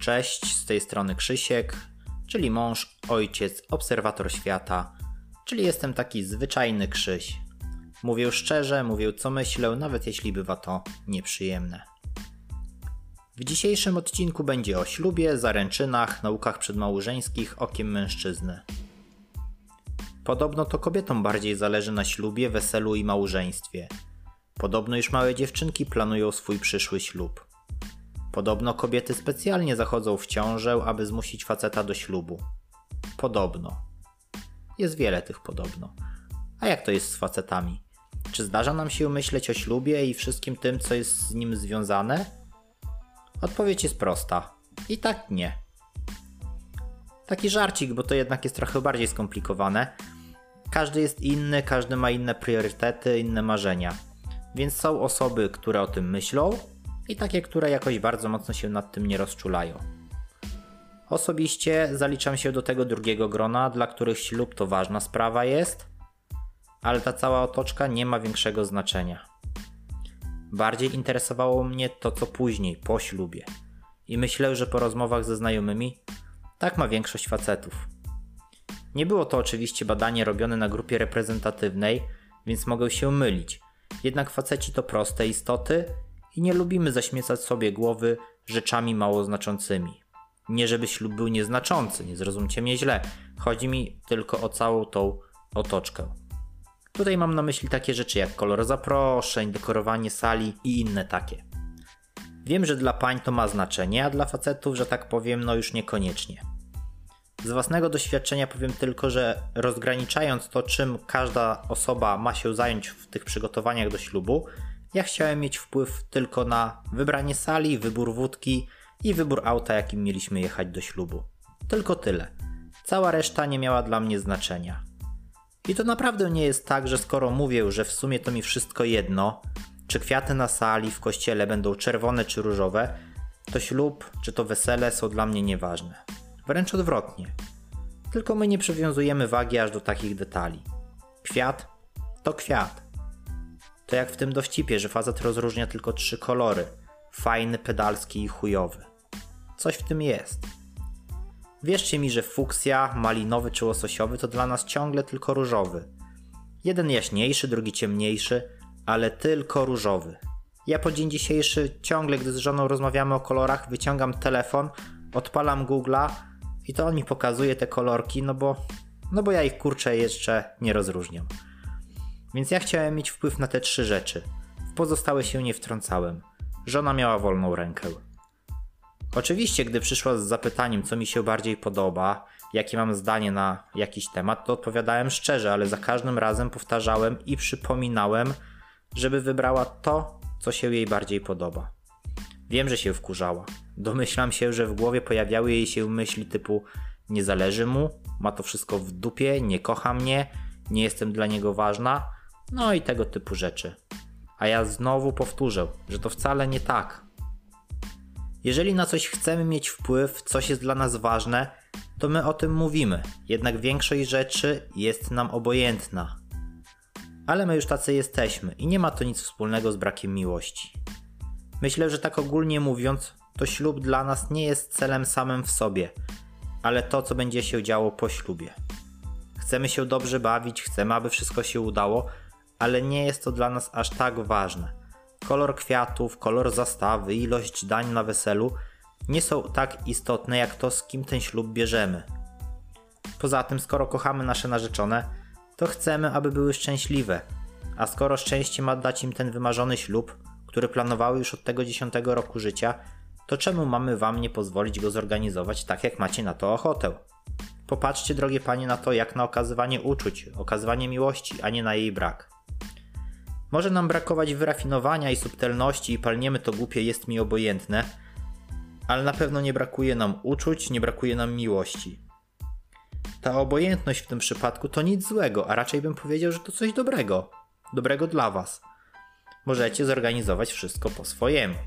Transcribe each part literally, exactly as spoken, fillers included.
Cześć, z tej strony Krzysiek, czyli mąż, ojciec, obserwator świata, czyli jestem taki zwyczajny Krzyś. Mówię szczerze, mówię co myślę, nawet jeśli bywa to nieprzyjemne. W dzisiejszym odcinku będzie o ślubie, zaręczynach, naukach przedmałżeńskich okiem mężczyzny. Podobno to kobietom bardziej zależy na ślubie, weselu i małżeństwie. Podobno już małe dziewczynki planują swój przyszły ślub. Podobno kobiety specjalnie zachodzą w ciążę, aby zmusić faceta do ślubu. Podobno. Jest wiele tych podobno. A jak to jest z facetami? Czy zdarza nam się myśleć o ślubie i wszystkim tym, co jest z nim związane? Odpowiedź jest prosta. I tak nie. Taki żarcik, bo to jednak jest trochę bardziej skomplikowane. Każdy jest inny, każdy ma inne priorytety, inne marzenia. Więc są osoby, które o tym myślą i takie, które jakoś bardzo mocno się nad tym nie rozczulają. Osobiście zaliczam się do tego drugiego grona, dla których ślub to ważna sprawa jest, ale ta cała otoczka nie ma większego znaczenia. Bardziej interesowało mnie to, co później, po ślubie. I myślę, że po rozmowach ze znajomymi tak ma większość facetów. Nie było to oczywiście badanie robione na grupie reprezentatywnej, więc mogę się mylić. Jednak faceci to proste istoty i nie lubimy zaśmiecać sobie głowy rzeczami mało znaczącymi. Nie żeby ślub był nieznaczący, nie zrozumcie mnie źle. Chodzi mi tylko o całą tą otoczkę. Tutaj mam na myśli takie rzeczy jak kolor zaproszeń, dekorowanie sali i inne takie. Wiem, że dla pań to ma znaczenie, a dla facetów, że tak powiem, no już niekoniecznie. Z własnego doświadczenia powiem tylko, że rozgraniczając to, czym każda osoba ma się zająć w tych przygotowaniach do ślubu, ja chciałem mieć wpływ tylko na wybranie sali, wybór wódki i wybór auta, jakim mieliśmy jechać do ślubu. Tylko tyle. Cała reszta nie miała dla mnie znaczenia. I to naprawdę nie jest tak, że skoro mówię, że w sumie to mi wszystko jedno, czy kwiaty na sali, w kościele będą czerwone czy różowe, to ślub czy to wesele są dla mnie nieważne. Wręcz odwrotnie. Tylko my nie przywiązujemy wagi aż do takich detali. Kwiat to kwiat. To jak w tym dowcipie, że facet rozróżnia tylko trzy kolory. Fajny, pedalski i chujowy. Coś w tym jest. Wierzcie mi, że fuksja, malinowy czy łososiowy to dla nas ciągle tylko różowy. Jeden jaśniejszy, drugi ciemniejszy, ale tylko różowy. Ja po dzień dzisiejszy ciągle, gdy z żoną rozmawiamy o kolorach, wyciągam telefon, odpalam Google'a i to on mi pokazuje te kolorki, no bo, no bo ja ich kurczę jeszcze nie rozróżniam. Więc ja chciałem mieć wpływ na te trzy rzeczy. W pozostałe się nie wtrącałem. Żona miała wolną rękę. Oczywiście, gdy przyszła z zapytaniem, co mi się bardziej podoba, jakie mam zdanie na jakiś temat, to odpowiadałem szczerze, ale za każdym razem powtarzałem i przypominałem, żeby wybrała to, co się jej bardziej podoba. Wiem, że się wkurzała. Domyślam się, że w głowie pojawiały jej się myśli typu nie zależy mu, ma to wszystko w dupie, nie kocha mnie, nie jestem dla niego ważna, no i tego typu rzeczy. A ja znowu powtórzę, że to wcale nie tak. Jeżeli na coś chcemy mieć wpływ, coś jest dla nas ważne, to my o tym mówimy, jednak większość rzeczy jest nam obojętna. Ale my już tacy jesteśmy i nie ma to nic wspólnego z brakiem miłości. Myślę, że tak ogólnie mówiąc, to ślub dla nas nie jest celem samym w sobie, ale to, co będzie się działo po ślubie. Chcemy się dobrze bawić, chcemy, aby wszystko się udało, ale nie jest to dla nas aż tak ważne. Kolor kwiatów, kolor zastawy, ilość dań na weselu nie są tak istotne jak to, z kim ten ślub bierzemy. Poza tym, skoro kochamy nasze narzeczone, to chcemy, aby były szczęśliwe. A skoro szczęście ma dać im ten wymarzony ślub, który planowały już od tego dziesiątego roku życia, to czemu mamy wam nie pozwolić go zorganizować tak, jak macie na to ochotę? Popatrzcie, drogie panie, na to jak na okazywanie uczuć, okazywanie miłości, a nie na jej brak. Może nam brakować wyrafinowania i subtelności i palniemy to głupie jest mi obojętne, ale na pewno nie brakuje nam uczuć, nie brakuje nam miłości. Ta obojętność w tym przypadku to nic złego, a raczej bym powiedział, że to coś dobrego. Dobrego dla was. Możecie zorganizować wszystko po swojemu.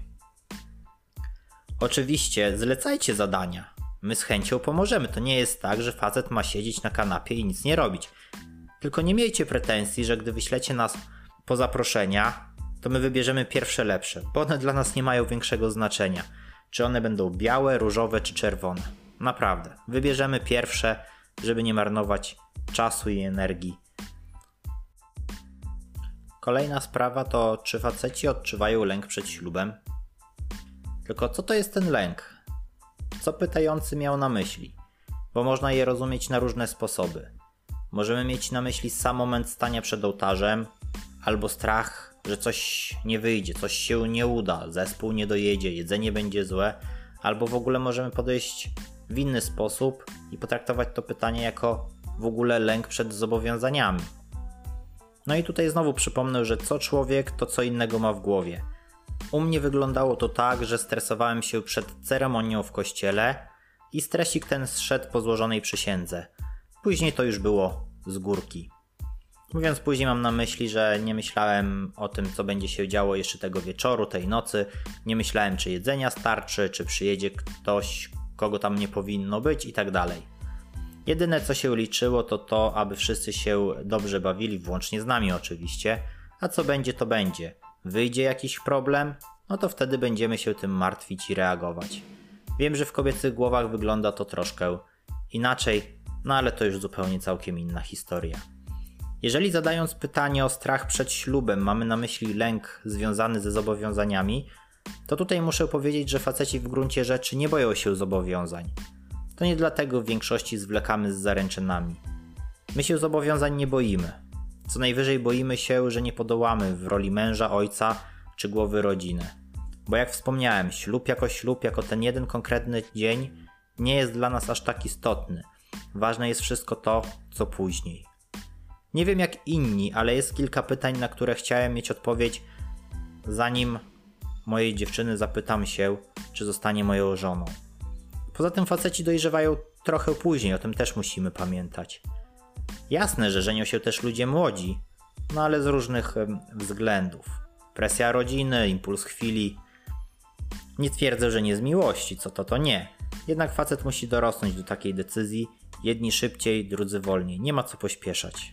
Oczywiście zlecajcie zadania. My z chęcią pomożemy. To nie jest tak, że facet ma siedzieć na kanapie i nic nie robić. Tylko nie miejcie pretensji, że gdy wyślecie nas po zaproszenia, to my wybierzemy pierwsze lepsze, bo one dla nas nie mają większego znaczenia. czy one będą białe, różowe czy czerwone. Naprawdę, wybierzemy pierwsze, żeby nie marnować czasu i energii. Kolejna sprawa to, czy faceci odczuwają lęk przed ślubem? Tylko co to jest ten lęk? Co pytający miał na myśli? Bo można je rozumieć na różne sposoby. Możemy mieć na myśli sam moment stania przed ołtarzem, albo strach, że coś nie wyjdzie, coś się nie uda, zespół nie dojedzie, jedzenie będzie złe, albo w ogóle możemy podejść w inny sposób i potraktować to pytanie jako w ogóle lęk przed zobowiązaniami. No i tutaj znowu przypomnę, że co człowiek, to co innego ma w głowie. U mnie wyglądało to tak, że stresowałem się przed ceremonią w kościele i stresik ten zszedł po złożonej przysiędze. Później to już było z górki. Mówiąc później, mam na myśli, że nie myślałem o tym, co będzie się działo jeszcze tego wieczoru, tej nocy. Nie myślałem, czy jedzenia starczy, czy przyjedzie ktoś, kogo tam nie powinno być i tak dalej. Jedyne, co się liczyło, to to, aby wszyscy się dobrze bawili, włącznie z nami oczywiście, a co będzie, to będzie. Wyjdzie jakiś problem, no to wtedy będziemy się tym martwić i reagować. Wiem, że w kobiecych głowach wygląda to troszkę inaczej, no ale to już zupełnie całkiem inna historia. Jeżeli zadając pytanie o strach przed ślubem mamy na myśli lęk związany ze zobowiązaniami, to tutaj muszę powiedzieć, że faceci w gruncie rzeczy nie boją się zobowiązań. To nie dlatego w większości zwlekamy z zaręczynami. My się zobowiązań nie boimy. Co najwyżej boimy się, że nie podołamy w roli męża, ojca czy głowy rodziny. Bo jak wspomniałem, ślub jako ślub, jako ten jeden konkretny dzień nie jest dla nas aż tak istotny. Ważne jest wszystko to, co później. Nie wiem jak inni, ale jest kilka pytań, na które chciałem mieć odpowiedź, zanim mojej dziewczyny zapytam się, czy zostanie moją żoną. Poza tym faceci dojrzewają trochę później, o tym też musimy pamiętać. Jasne, że żenią się też ludzie młodzi, no ale z różnych względów. Presja rodziny, impuls chwili. Nie twierdzę, że nie z miłości, co to to nie. Jednak facet musi dorosnąć do takiej decyzji, jedni szybciej, drudzy wolniej. Nie ma co pośpieszać.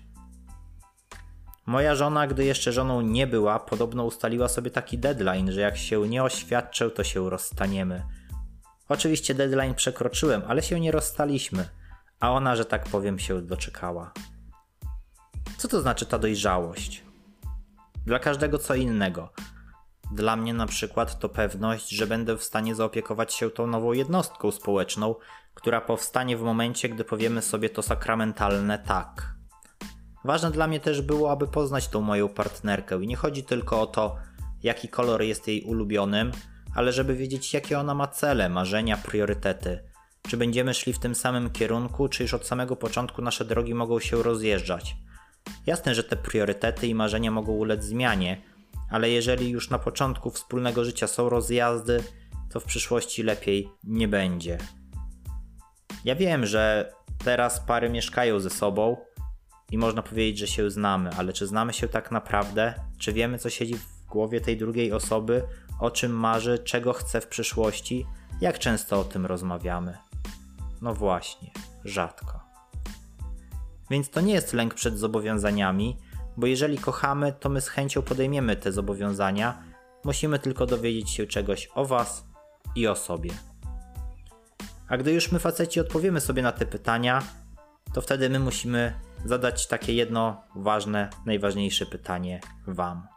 Moja żona, gdy jeszcze żoną nie była, podobno ustaliła sobie taki deadline, że jak się nie oświadczę, to się rozstaniemy. Oczywiście deadline przekroczyłem, ale się nie rozstaliśmy, a ona, że tak powiem, się doczekała. Co to znaczy ta dojrzałość? Dla każdego co innego. Dla mnie na przykład to pewność, że będę w stanie zaopiekować się tą nową jednostką społeczną, która powstanie w momencie, gdy powiemy sobie to sakramentalne tak. Ważne dla mnie też było, aby poznać tą moją partnerkę i nie chodzi tylko o to, jaki kolor jest jej ulubionym, ale żeby wiedzieć, jakie ona ma cele, marzenia, priorytety. Czy będziemy szli w tym samym kierunku, czy już od samego początku nasze drogi mogą się rozjeżdżać. Jasne, że te priorytety i marzenia mogą ulec zmianie, ale jeżeli już na początku wspólnego życia są rozjazdy, to w przyszłości lepiej nie będzie. Ja wiem, że teraz pary mieszkają ze sobą i można powiedzieć, że się znamy, ale czy znamy się tak naprawdę? Czy wiemy, co siedzi w głowie tej drugiej osoby, o czym marzy, czego chce w przyszłości? Jak często o tym rozmawiamy? No właśnie, rzadko. Więc to nie jest lęk przed zobowiązaniami, bo jeżeli kochamy, to my z chęcią podejmiemy te zobowiązania, musimy tylko dowiedzieć się czegoś o was i o sobie. A gdy już my faceci odpowiemy sobie na te pytania, to wtedy my musimy zadać takie jedno ważne, najważniejsze pytanie wam.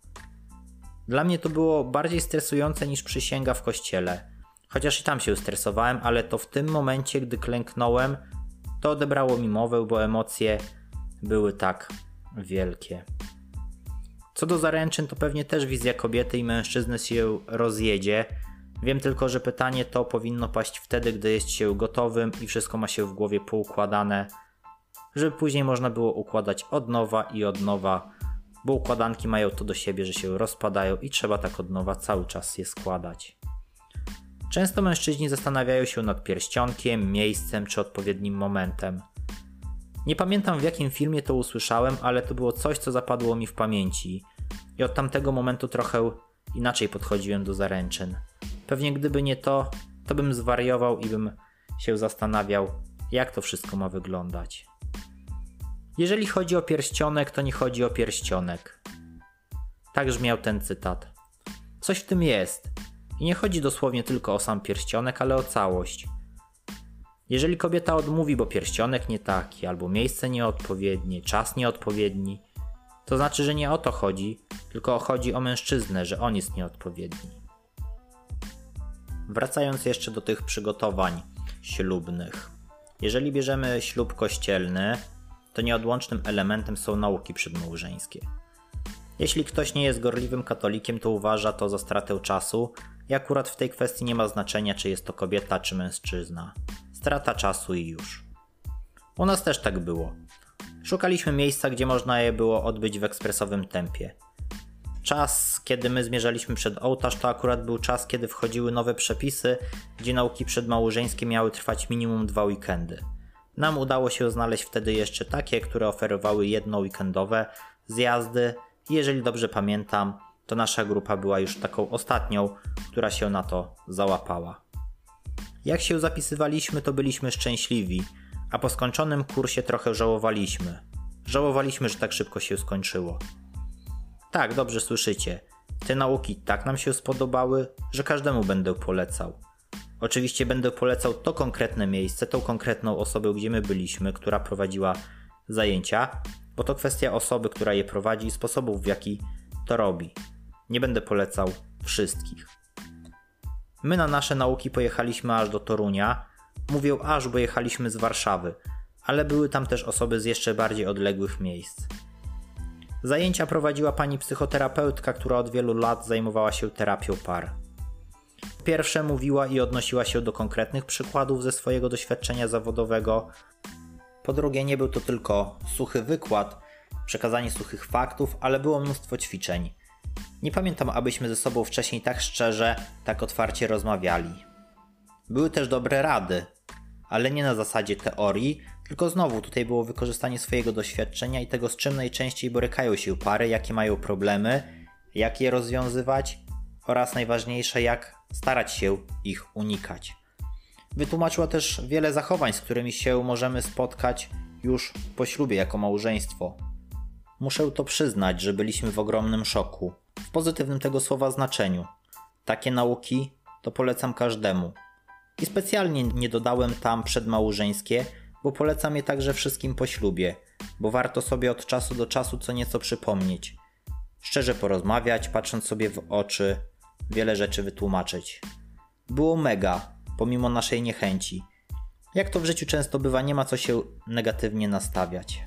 Dla mnie to było bardziej stresujące niż przysięga w kościele. Chociaż i tam się stresowałem, ale to w tym momencie, gdy klęknąłem, to odebrało mi mowę, bo emocje były tak wielkie. Co do zaręczyn, to pewnie też wizja kobiety i mężczyzny się rozjedzie. Wiem tylko, że pytanie to powinno paść wtedy, gdy jest się gotowym i wszystko ma się w głowie poukładane, żeby później można było układać od nowa i od nowa, bo układanki mają to do siebie, że się rozpadają i trzeba tak od nowa cały czas je składać. Często mężczyźni zastanawiają się nad pierścionkiem, miejscem czy odpowiednim momentem. Nie pamiętam w jakim filmie to usłyszałem, ale to było coś, co zapadło mi w pamięci i od tamtego momentu trochę inaczej podchodziłem do zaręczyn. Pewnie gdyby nie to, to bym zwariował i bym się zastanawiał, jak to wszystko ma wyglądać. Jeżeli chodzi o pierścionek, to nie chodzi o pierścionek. Tak brzmiał ten cytat. Coś w tym jest. I nie chodzi dosłownie tylko o sam pierścionek, ale o całość. Jeżeli kobieta odmówi, bo pierścionek nie taki, albo miejsce nieodpowiednie, czas nieodpowiedni, to znaczy, że nie o to chodzi, tylko chodzi o mężczyznę, że on jest nieodpowiedni. Wracając jeszcze do tych przygotowań ślubnych. Jeżeli bierzemy ślub kościelny, to nieodłącznym elementem są nauki przedmałżeńskie. Jeśli ktoś nie jest gorliwym katolikiem, to uważa to za stratę czasu i akurat w tej kwestii nie ma znaczenia, czy jest to kobieta, czy mężczyzna. Strata czasu i już. U nas też tak było. Szukaliśmy miejsca, gdzie można je było odbyć w ekspresowym tempie. Czas, kiedy my zmierzaliśmy przed ołtarz, to akurat był czas, kiedy wchodziły nowe przepisy, gdzie nauki przedmałżeńskie miały trwać minimum dwa weekendy. Nam udało się znaleźć wtedy jeszcze takie, które oferowały jednoweekendowe zjazdy i jeżeli dobrze pamiętam, to nasza grupa była już taką ostatnią, która się na to załapała. Jak się zapisywaliśmy, to byliśmy szczęśliwi, a po skończonym kursie trochę żałowaliśmy. Żałowaliśmy, że tak szybko się skończyło. Tak, dobrze słyszycie. Te nauki tak nam się spodobały, że każdemu będę polecał. Oczywiście będę polecał to konkretne miejsce, tą konkretną osobę, gdzie my byliśmy, która prowadziła zajęcia, bo to kwestia osoby, która je prowadzi i sposobów, w jaki to robi. Nie będę polecał wszystkich. My na nasze nauki pojechaliśmy aż do Torunia. Mówię aż, bo jechaliśmy z Warszawy, ale były tam też osoby z jeszcze bardziej odległych miejsc. Zajęcia prowadziła pani psychoterapeutka, która od wielu lat zajmowała się terapią par. Po pierwsze mówiła i odnosiła się do konkretnych przykładów ze swojego doświadczenia zawodowego. Po drugie nie był to tylko suchy wykład, przekazanie suchych faktów, ale było mnóstwo ćwiczeń. Nie pamiętam, abyśmy ze sobą wcześniej tak szczerze, tak otwarcie rozmawiali. Były też dobre rady, ale nie na zasadzie teorii, tylko znowu tutaj było wykorzystanie swojego doświadczenia i tego, z czym najczęściej borykają się pary, jakie mają problemy, jak je rozwiązywać oraz najważniejsze, jak starać się ich unikać. Wytłumaczyła też wiele zachowań, z którymi się możemy spotkać już po ślubie jako małżeństwo. Muszę to przyznać, że byliśmy w ogromnym szoku, w pozytywnym tego słowa znaczeniu. Takie nauki to polecam każdemu. I specjalnie nie dodałem tam przedmałżeńskie, bo polecam je także wszystkim po ślubie, bo warto sobie od czasu do czasu co nieco przypomnieć. Szczerze porozmawiać, patrząc sobie w oczy, wiele rzeczy wytłumaczyć. Było mega, pomimo naszej niechęci. Jak to w życiu często bywa, nie ma co się negatywnie nastawiać.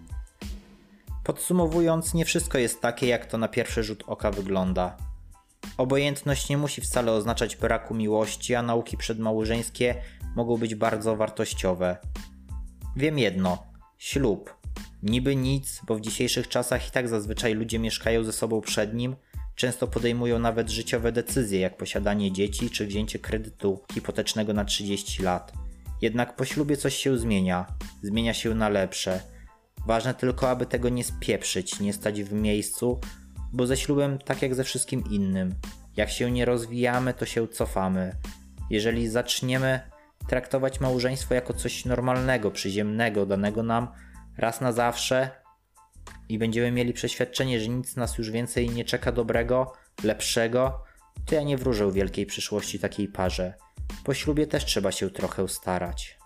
Podsumowując, nie wszystko jest takie, jak to na pierwszy rzut oka wygląda. Obojętność nie musi wcale oznaczać braku miłości, a nauki przedmałżeńskie mogą być bardzo wartościowe. Wiem jedno, ślub. Niby nic, bo w dzisiejszych czasach i tak zazwyczaj ludzie mieszkają ze sobą przed nim, często podejmują nawet życiowe decyzje, jak posiadanie dzieci czy wzięcie kredytu hipotecznego na trzydzieści lat. Jednak po ślubie coś się zmienia, zmienia się na lepsze. Ważne tylko, aby tego nie spieprzyć, nie stać w miejscu, bo ze ślubem tak jak ze wszystkim innym. Jak się nie rozwijamy, to się cofamy. Jeżeli zaczniemy traktować małżeństwo jako coś normalnego, przyziemnego, danego nam raz na zawsze i będziemy mieli przeświadczenie, że nic nas już więcej nie czeka dobrego, lepszego, to ja nie wróżę wielkiej przyszłości takiej parze. Po ślubie też trzeba się trochę starać.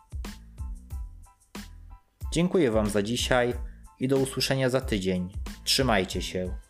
Dziękuję Wam za dzisiaj i do usłyszenia za tydzień. Trzymajcie się.